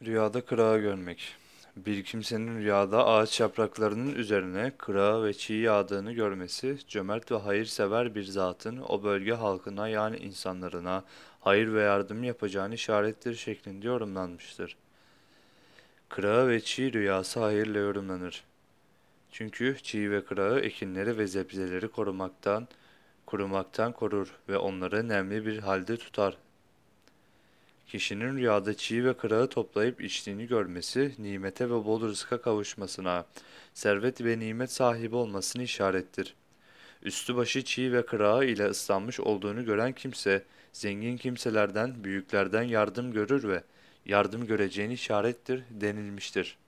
Rüyada kırağı görmek. Bir kimsenin rüyada ağaç yapraklarının üzerine kırağı ve çiğ yağdığını görmesi, cömert ve hayırsever bir zatın o bölge halkına yani insanlarına hayır ve yardım yapacağını işarettir şeklinde yorumlanmıştır. Kırağı ve çiğ rüyası hayırla yorumlanır. Çünkü çiğ ve kırağı ekinleri ve zebzeleri kurumaktan korur ve onları nemli bir halde tutar. Kişinin rüyada çiğ ve kırağı toplayıp içtiğini görmesi, nimete ve bol rızka kavuşmasına, servet ve nimet sahibi olmasını işarettir. Üstü başı çiğ ve kırağı ile ıslanmış olduğunu gören kimse, zengin kimselerden, büyüklerden yardım görür ve yardım göreceğini işarettir denilmiştir.